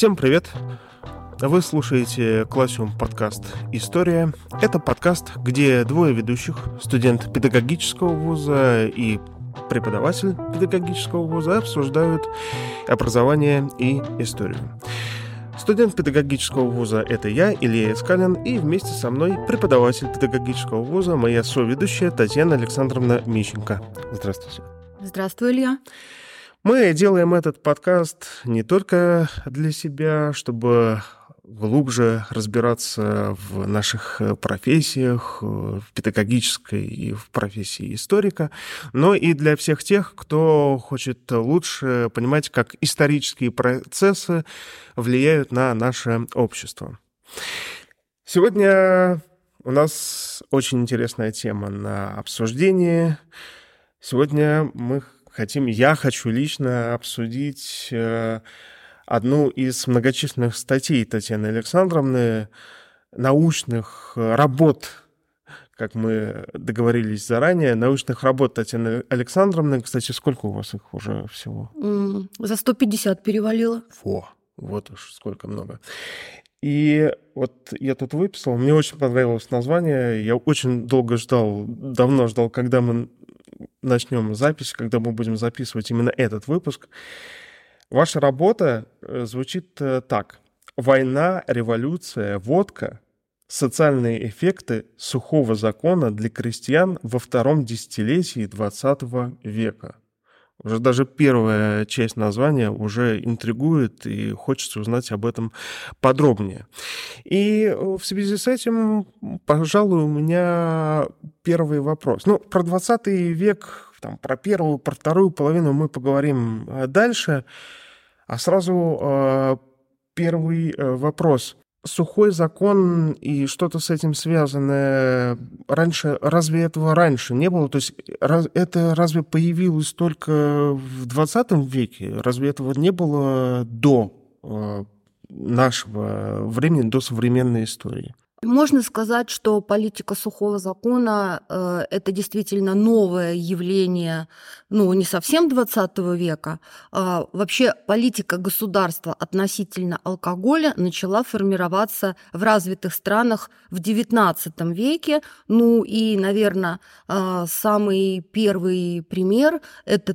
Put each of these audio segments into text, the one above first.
Всем привет! Вы слушаете Classroom подкаст «История». Это подкаст, где двое ведущих, студент педагогического вуза и преподаватель педагогического вуза, обсуждают образование и историю. Студент педагогического вуза — это я, Илья Искалин, и вместе со мной преподаватель педагогического вуза, моя соведущая Татьяна Александровна Мищенко. Здравствуйте. Здравствуй, Илья. Мы делаем этот подкаст не только для себя, чтобы глубже разбираться в наших профессиях, в педагогической и в профессии историка, но и для всех тех, кто хочет лучше понимать, как исторические процессы влияют на наше общество. Сегодня у нас очень интересная тема на обсуждение. Сегодня я хочу лично обсудить одну из многочисленных статей Татьяны Александровны, научных работ, как мы договорились заранее, научных работ Татьяны Александровны. Кстати, сколько у вас их уже всего? За 150 перевалило. Вот уж сколько много. И вот я тут выписал, мне очень понравилось название, я очень давно ждал, когда мы начнем запись, когда мы будем записывать именно этот выпуск. Ваша работа звучит так. «Война, революция, водка. Социальные эффекты сухого закона для крестьян во втором десятилетии XX века». Уже даже первая часть названия уже интригует, и хочется узнать об этом подробнее. И в связи с этим, пожалуй, у меня первый вопрос. Про 20 век, про первую, про вторую половину мы поговорим дальше. А сразу первый вопрос. Сухой закон и что-то с этим связанное разве этого раньше не было? То есть это разве появилось только в 20 веке? Разве этого не было до нашего времени, до современной истории? Можно сказать, что политика сухого закона – это действительно новое явление, не совсем 20 века. Вообще политика государства относительно алкоголя начала формироваться в развитых странах в XIX веке. И, наверное, самый первый пример – это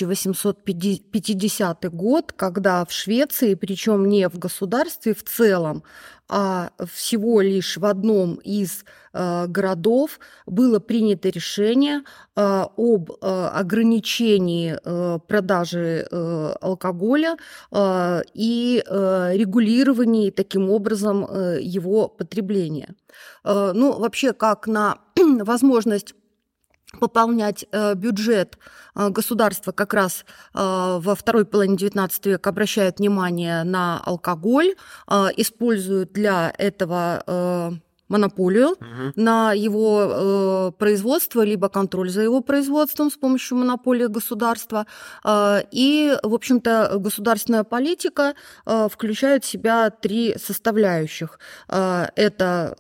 1850 год, когда в Швеции, причем не в государстве в целом, а всего лишь в одном из городов было принято решение об ограничении продажи алкоголя и регулировании таким образом его потребления. Вообще, как на возможность пополнять бюджет государства как раз во второй половине XIX века обращают внимание на алкоголь, используют для этого монополию на его производство, либо контроль за его производством с помощью монополии государства. И, в общем-то, государственная политика включает в себя три составляющих. Это,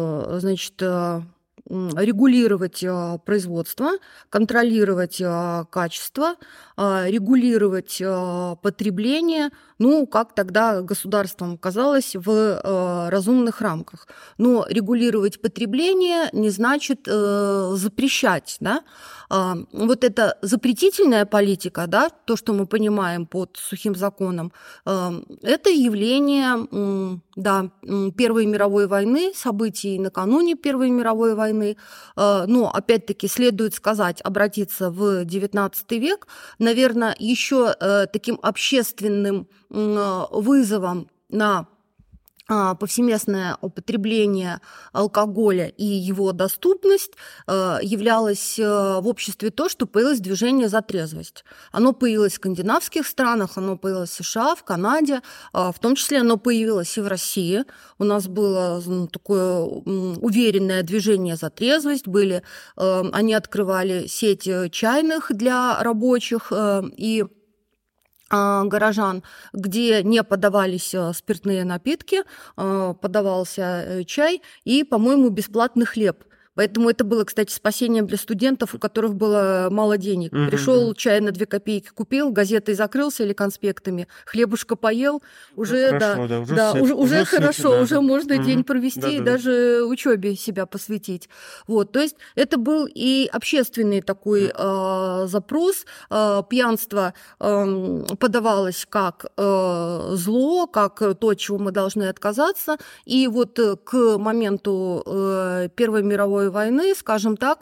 регулировать производство, контролировать качество, регулировать потребление, как тогда государством казалось, в разумных рамках. Но регулировать потребление не значит запрещать, да? Вот эта запретительная политика, да, то, что мы понимаем под сухим законом, это явление, Первой мировой войны, событий накануне Первой мировой войны. Но, опять-таки, следует сказать, обратиться в XIX век, наверное, еще таким общественным вызовом на повсеместное употребление алкоголя и его доступность являлось в обществе то, что появилось движение за трезвость. Оно появилось в скандинавских странах, оно появилось в США, в Канаде, в том числе оно появилось и в России. У нас было такое уверенное движение за трезвость, они открывали сеть чайных для рабочих и горожан, где не подавались спиртные напитки, подавался чай и, по-моему, бесплатный хлеб Поэтому это было, кстати, спасением для студентов, у которых было мало денег. Пришел, чай на 2 копейки купил, газетой закрылся или конспектами, хлебушка поел, уже, уже хорошо, уже можно день провести и даже учебе себя посвятить. Вот, то есть это был и общественный такой запрос. Пьянство подавалось как зло, как то, от чего мы должны отказаться. И вот к моменту Первой мировой войны, скажем так,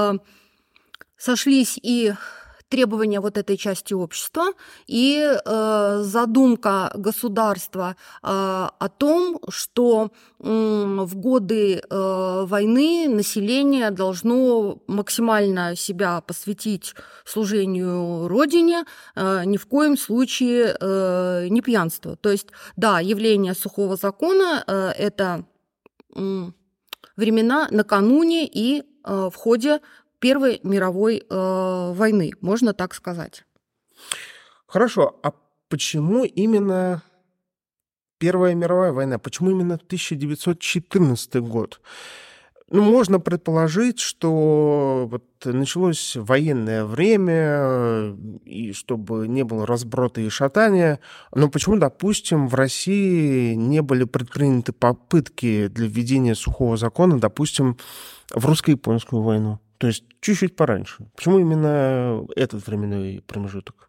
сошлись и требования вот этой части общества, и задумка государства о том, что в годы войны население должно максимально себя посвятить служению Родине, ни в коем случае не пьянство. То есть, да, явление сухого закона – это времена накануне и в ходе Первой мировой войны, можно так сказать. Хорошо, а почему именно Первая мировая война? Почему именно 1914 год? Ну, можно предположить, что вот началось военное время, и чтобы не было разброта и шатания, но почему, допустим, в России не были предприняты попытки для введения сухого закона, допустим, в русско-японскую войну? То есть чуть-чуть пораньше. Почему именно этот временной промежуток?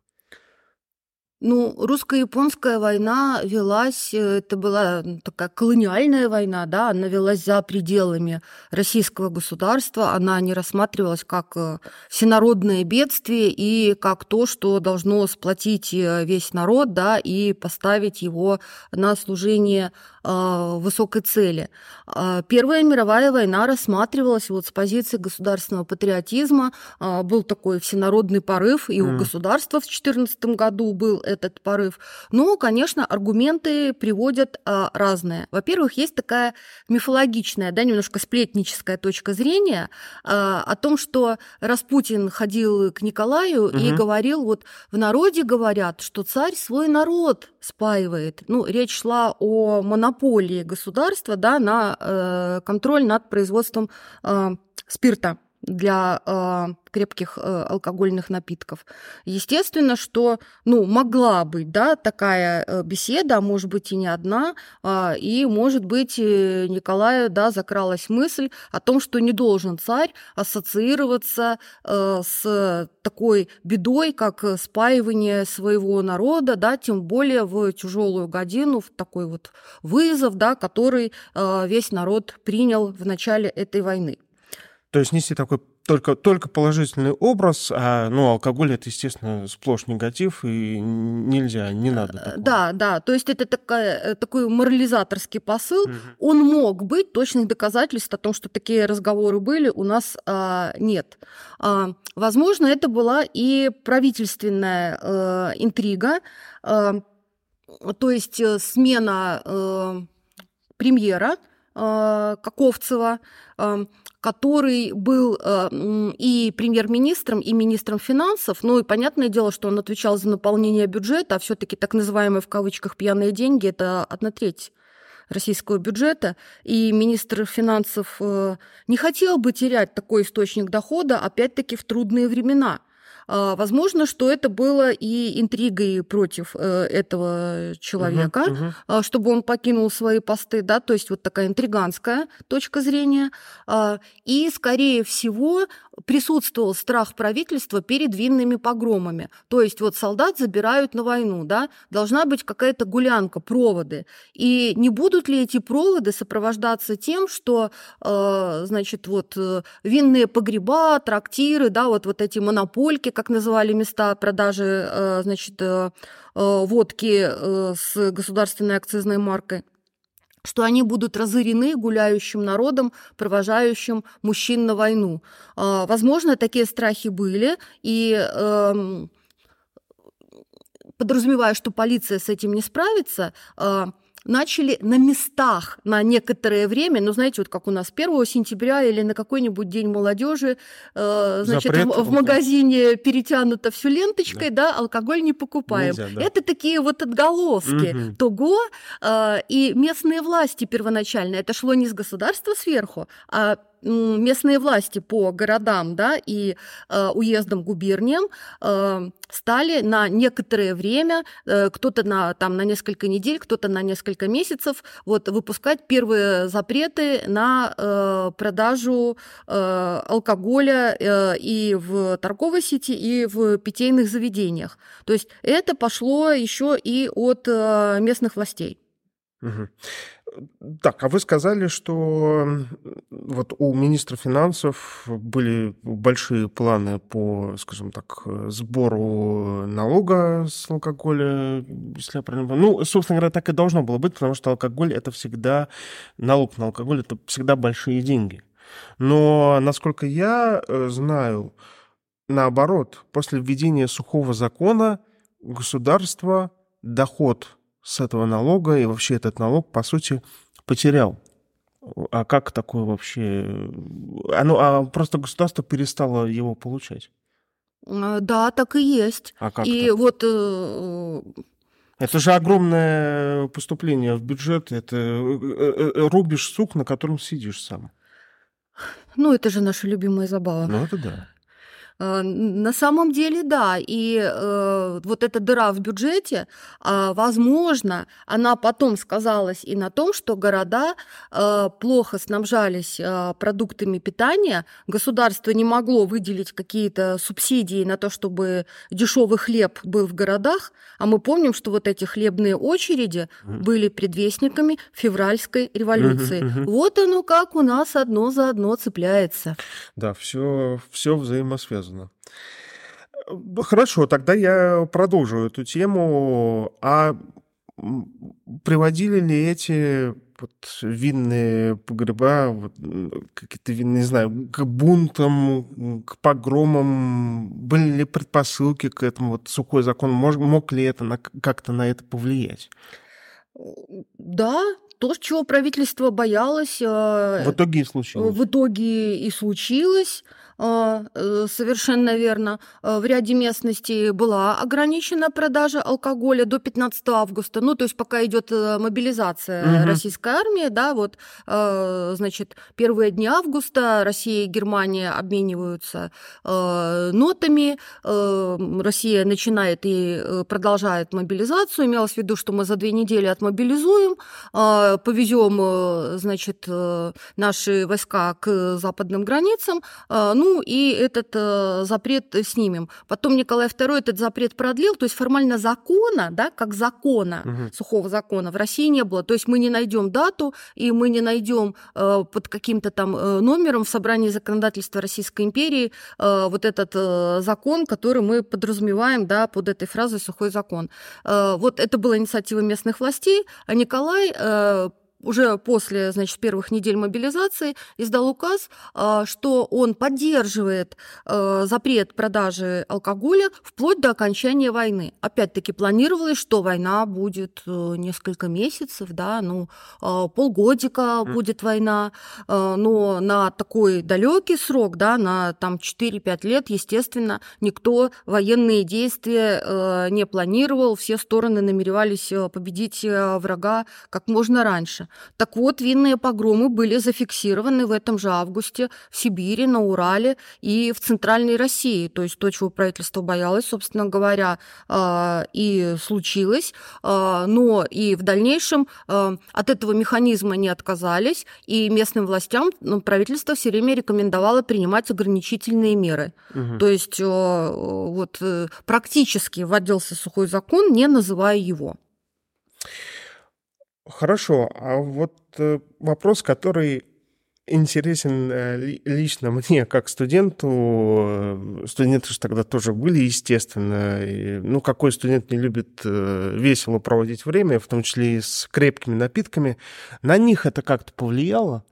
Ну, русско-японская война велась, это была такая колониальная война, да, она велась за пределами российского государства, она не рассматривалась как всенародное бедствие и как то, что должно сплотить весь народ, да, и поставить его на служение высокой цели. Первая мировая война рассматривалась вот с позиции государственного патриотизма, был такой всенародный порыв, и у государства в 2014 году был этот порыв. Но, конечно, аргументы приводят разные. Во-первых, есть такая мифологичная, да, немножко сплетническая точка зрения о том, что Распутин ходил к Николаю и говорил, вот в народе говорят, что царь свой народ спаивает. Ну, речь шла о монополии государства, да, на контроль над производством спирта для крепких алкогольных напитков. Естественно, что могла быть, да, такая беседа, а может быть и не одна, и, может быть, Николаю, да, закралась мысль о том, что не должен царь ассоциироваться с такой бедой, как спаивание своего народа, да, тем более в тяжелую годину, в такой вот вызов, да, который весь народ принял в начале этой войны. То есть нести такой только положительный образ, а алкоголь — это, естественно, сплошь негатив, и нельзя, не надо такого. Да, то есть это такой морализаторский посыл. Он мог быть, точных доказательств о том, что такие разговоры были, у нас нет. Возможно, это была и правительственная интрига, то есть смена премьера Каковцева, который был и премьер-министром, и министром финансов. Ну и понятное дело, что он отвечал за наполнение бюджета, а все-таки так называемые в кавычках пьяные деньги – это 1/3 российского бюджета, и министр финансов не хотел бы терять такой источник дохода, опять-таки, в трудные времена. Возможно, что это было и интригой против этого человека, чтобы он покинул свои посты, да, то есть вот такая интриганская точка зрения. И, скорее всего, присутствовал страх правительства перед винными погромами. То есть вот солдат забирают на войну, да, должна быть какая-то гулянка, проводы. И не будут ли эти проводы сопровождаться тем, что, значит, вот винные погреба, трактиры, да, вот эти монопольки, как называли места продажи, значит, водки с государственной акцизной маркой, что они будут разорены гуляющим народом, провожающим мужчин на войну. Возможно, такие страхи были, и подразумевая, что полиция с этим не справится, начали на местах на некоторое время, знаете, вот как у нас 1 сентября или на какой-нибудь день молодежи, значит, в магазине перетянуто все ленточкой, да, алкоголь не покупаем. Нельзя, да. Это такие вот отголоски того, и местные власти первоначально, это шло не с государства сверху, а местные власти по городам, да, и уездам, губерниям стали на некоторое время, кто-то на несколько недель, кто-то на несколько месяцев, вот, выпускать первые запреты на продажу алкоголя и в торговой сети, и в питейных заведениях. То есть это пошло еще и от местных властей. Мгм. Так, а вы сказали, что вот у министра финансов были большие планы по, скажем так, сбору налога с алкоголя, если я правильно понимаю. Ну, собственно говоря, так и должно было быть, потому что алкоголь — это всегда, налог на алкоголь — это всегда большие деньги. Но, насколько я знаю, наоборот, после введения сухого закона государство доход с этого налога и вообще этот налог, по сути, потерял. А как такое вообще? Просто государство перестало его получать. Да, так и есть. А как И так? вот Это же огромное поступление в бюджет. Это рубишь сук, на котором сидишь сам. ну, это же наша любимая забава. Ну, это да. На самом деле, да. И вот эта дыра в бюджете, возможно, она потом сказалась и на том, что города плохо снабжались продуктами питания, государство не могло выделить какие-то субсидии на то, чтобы дешевый хлеб был в городах, а мы помним, что вот эти хлебные очереди были предвестниками февральской революции. Вот оно как у нас одно за одно цепляется. Да, все взаимосвязано. Хорошо, тогда я продолжу эту тему. Приводили ли эти вот винные погреба, какие-то винные, не знаю, к бунтам, к погромам? Были ли предпосылки к этому? Вот сухой закон мог ли это как-то на это повлиять? Да, то, чего правительство боялось, В итоге и случилось. в итоге и случилось. Совершенно верно. В ряде местностей была ограничена продажа алкоголя до 15 августа. Ну, то есть пока идет мобилизация российской армии, да, вот, значит, первые дни августа Россия и Германия обмениваются нотами. Россия начинает и продолжает мобилизацию. Имелось в виду, что мы за 2 недели отмобилизуем, повезем, значит, наши войска к западным границам, ну и этот запрет снимем. Потом Николай II этот запрет продлил, то есть формально закона, да, как закона, сухого закона в России не было. То есть мы не найдем дату, и мы не найдем под каким-то там номером в собрании законодательства Российской империи вот этот закон, который мы подразумеваем, да, под этой фразой «сухой закон». Вот это была инициатива местных властей, а Николай уже после, значит, первых недель мобилизации издал указ, что он поддерживает запрет продажи алкоголя вплоть до окончания войны. Опять-таки планировалось, что война будет несколько месяцев, да, ну, полгодика будет война, но на такой далекий срок, да, на там 4-5 лет, естественно, никто военные действия не планировал, все стороны намеревались победить врага как можно раньше. Так вот, винные погромы были зафиксированы в этом же августе в Сибири, на Урале и в Центральной России. То есть то, чего правительство боялось, собственно говоря, и случилось. Но и в дальнейшем от этого механизма не отказались, и местным властям правительство все время рекомендовало принимать ограничительные меры. То есть вот практически вводился сухой закон, не называя его. Хорошо, а вот вопрос, который интересен лично мне как студенту. Студенты же тогда тоже были, естественно. Ну, какой студент не любит весело проводить время, в том числе и с крепкими напитками? На них это как-то повлияло?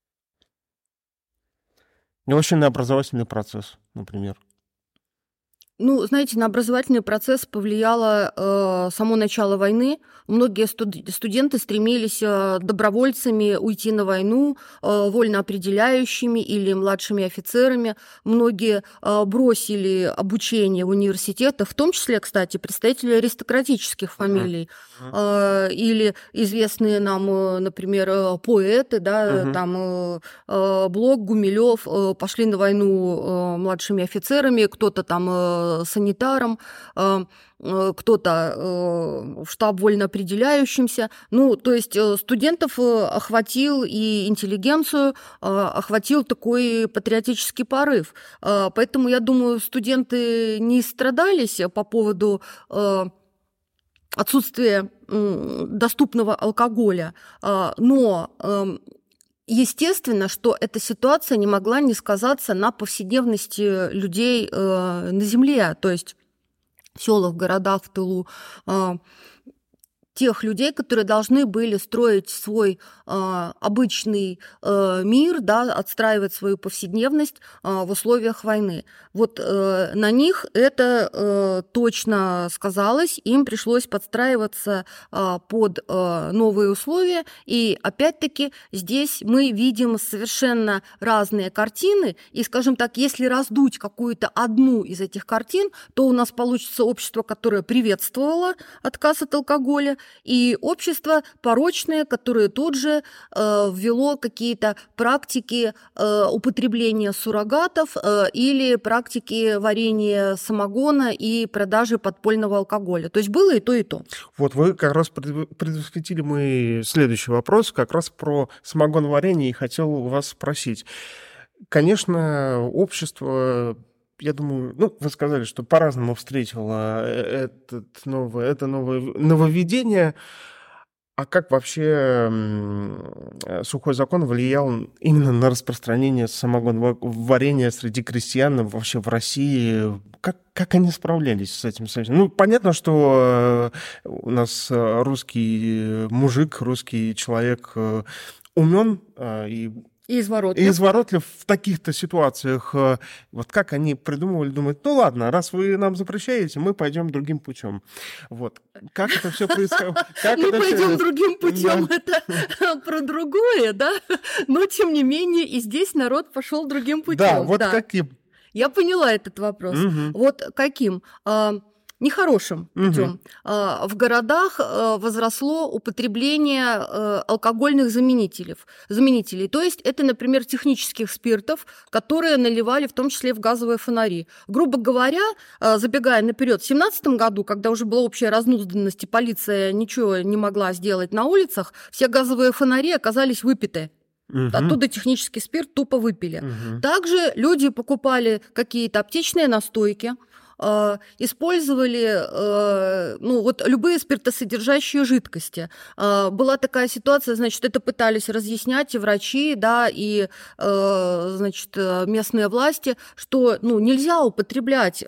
И вообще на образовательный процесс, например? Ну, знаете, на образовательный процесс повлияло само начало войны. Многие студенты стремились добровольцами уйти на войну, вольно определяющими или младшими офицерами. Многие бросили обучение в университетах, в том числе, кстати, представители аристократических фамилий или известные нам, например, поэты, да, там Блок, Гумилев пошли на войну младшими офицерами, кто-то там санитаром, кто-то в штаб вольно определяющимся. Ну, то есть студентов охватил и интеллигенцию, охватил такой патриотический порыв. Поэтому, я думаю, студенты не страдались по поводу отсутствия доступного алкоголя, но естественно, что эта ситуация не могла не сказаться на повседневности людей на земле, то есть в селах, в городах, в тылу, тех людей, которые должны были строить свой обычный мир, да, отстраивать свою повседневность в условиях войны. Вот на них это точно сказалось, им пришлось подстраиваться под новые условия, и опять-таки здесь мы видим совершенно разные картины, и, скажем так, если раздуть какую-то одну из этих картин, то у нас получится общество, которое приветствовало отказ от алкоголя, и общество порочное, которое тут же ввело какие-то практики употребления суррогатов или практики варенья самогона и продажи подпольного алкоголя. То есть было и то, и то. Вот вы как раз предвосхитили мой следующий вопрос, как раз про самогоноварение, и хотел у вас спросить. Конечно, общество... Я думаю, ну, вы сказали, что по-разному встретило это новое нововведение. А как вообще сухой закон влиял именно на распространение самогоноварения среди крестьян вообще в России? Как они справлялись с этим совсем? Ну, понятно, что у нас русский мужик, русский человек умен и изворотлив в таких-то ситуациях. Вот как они придумывали, думают, ну ладно, раз вы нам запрещаете, мы пойдем другим путем. Вот. Как это все происходит? Мы пойдем другим путем, это про другое, да? Но, тем не менее, и здесь народ пошел другим путем. Да, вот каким? Я поняла этот вопрос. Вот каким? Нехорошим путем. В городах возросло употребление алкогольных заменителей. То есть это, например, технических спиртов, которые наливали в том числе в газовые фонари. Грубо говоря, забегая наперед, в 2017 году, когда уже была общая разнузданность и полиция ничего не могла сделать на улицах, все газовые фонари оказались выпиты. Оттуда технический спирт тупо выпили. Также люди покупали какие-то аптечные настойки, использовали любые спиртосодержащие жидкости. Была такая ситуация, значит, это пытались разъяснять и врачи, да, и местные власти, что нельзя употреблять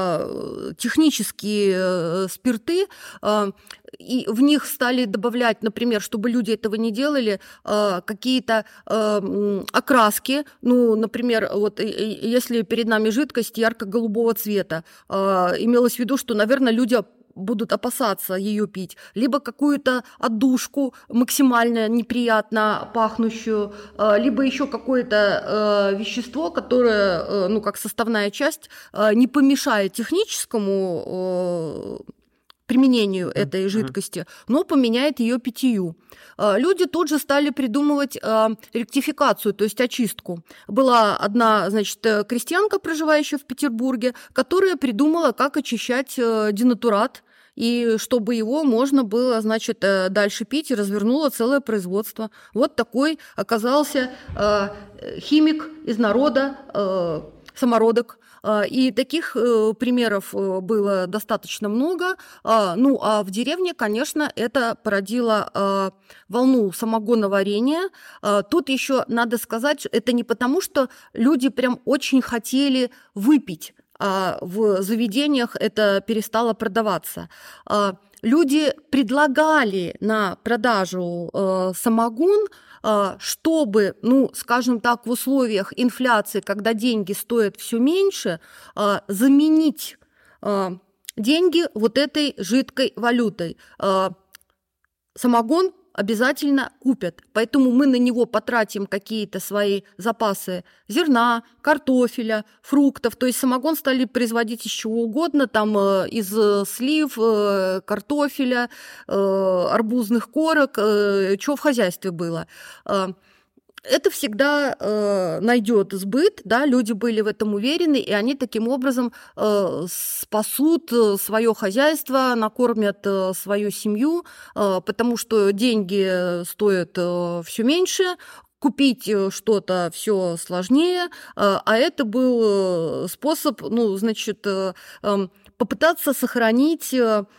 технические спирты, и в них стали добавлять, например, чтобы люди этого не делали, какие-то окраски. Например, вот если перед нами жидкость ярко-голубого цвета, имелось в виду, что, наверное, люди будут опасаться ее пить, либо какую-то отдушку максимально неприятно пахнущую, либо еще какое-то вещество, которое, как составная часть, не помешает техническому применению этой жидкости, но поменяет ее питью. Люди тут же стали придумывать ректификацию, то есть очистку. Была одна, крестьянка, проживающая в Петербурге, которая придумала, как очищать денатурат, и чтобы его можно было, дальше пить, и развернула целое производство. Вот такой оказался химик из народа, самородок. И таких примеров было достаточно много. А в деревне, конечно, это породило волну самогоноварения. Тут еще надо сказать, это не потому, что люди прям очень хотели выпить, а в заведениях это перестало продаваться. Люди предлагали на продажу самогон, чтобы, скажем так, в условиях инфляции, когда деньги стоят все меньше, заменить деньги вот этой жидкой валютой. Самогон обязательно купят, поэтому мы на него потратим какие-то свои запасы зерна, картофеля, фруктов. То есть самогон стали производить из чего угодно, там из слив, картофеля, арбузных корок, что в хозяйстве было. Это всегда найдет сбыт, да, люди были в этом уверены, и они таким образом спасут свое хозяйство, накормят свою семью, потому что деньги стоят все меньше, купить что-то все сложнее, а это был способ, попытаться сохранить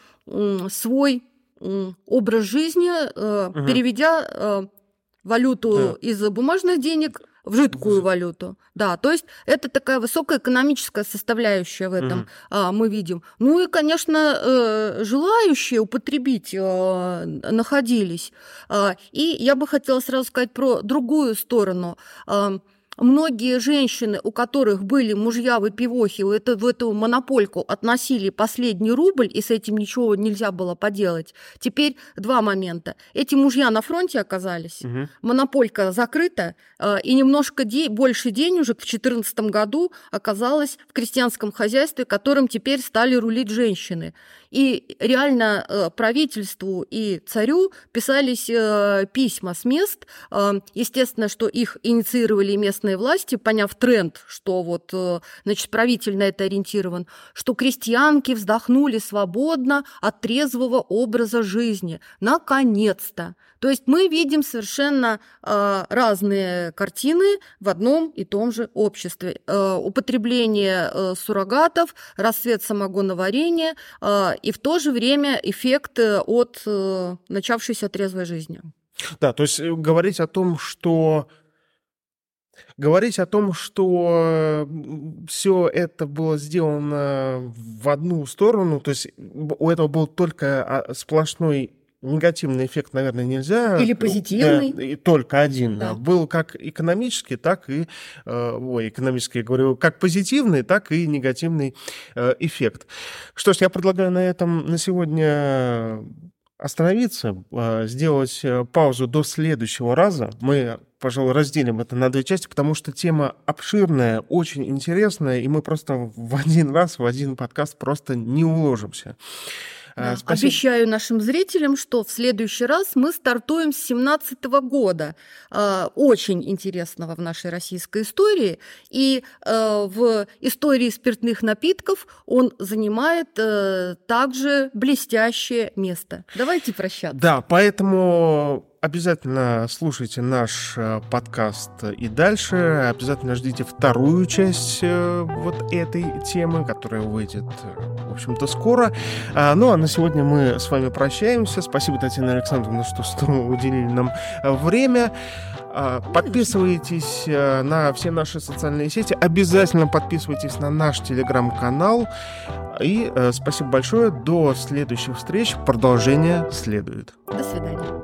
свой образ жизни, переведя валюту из бумажных денег в жидкую валюту. Да, то есть это такая высокая экономическая составляющая в этом мы видим. Ну и, конечно, желающие употребить находились. И я бы хотела сразу сказать про другую сторону. Многие женщины, у которых были мужья-выпивохи, в эту монопольку относили последний рубль, и с этим ничего нельзя было поделать. Теперь два момента. Эти мужья на фронте оказались, монополька закрыта, и немножко больше денежек в 2014 году оказалось в крестьянском хозяйстве, которым теперь стали рулить женщины. И реально правительству и царю писались письма с мест. Естественно, что их инициировали местные власти, поняв тренд, что правитель на это ориентирован, что крестьянки вздохнули свободно от трезвого образа жизни. Наконец-то! То есть мы видим совершенно разные картины в одном и том же обществе. Употребление суррогатов, расцвет самогоноварения и в то же время эффект от начавшейся трезвой жизни. Да, то есть говорить о том, что все это было сделано в одну сторону, то есть у этого был только сплошной негативный эффект, наверное, нельзя. Или позитивный. И только один. Да. Был как экономический, так и... экономический, я говорю, как позитивный, так и негативный эффект. Что ж, я предлагаю на этом на сегодня остановиться, сделать паузу до следующего раза. Мы, пожалуй, разделим это на две части, потому что тема обширная, очень интересная, и мы просто в один раз, в один подкаст просто не уложимся. Да. Обещаю нашим зрителям, что в следующий раз мы стартуем с 2017 года, очень интересного в нашей российской истории, и в истории спиртных напитков он занимает также блестящее место. Давайте прощаться. Да, поэтому обязательно слушайте наш подкаст и дальше. Обязательно ждите вторую часть вот этой темы, которая выйдет, в общем-то, скоро. Ну, а на сегодня мы с вами прощаемся. Спасибо, Татьяна Александровна, что снова уделили нам время. Подписывайтесь на все наши социальные сети. Обязательно подписывайтесь на наш телеграм-канал. И спасибо большое. До следующих встреч. Продолжение следует. До свидания.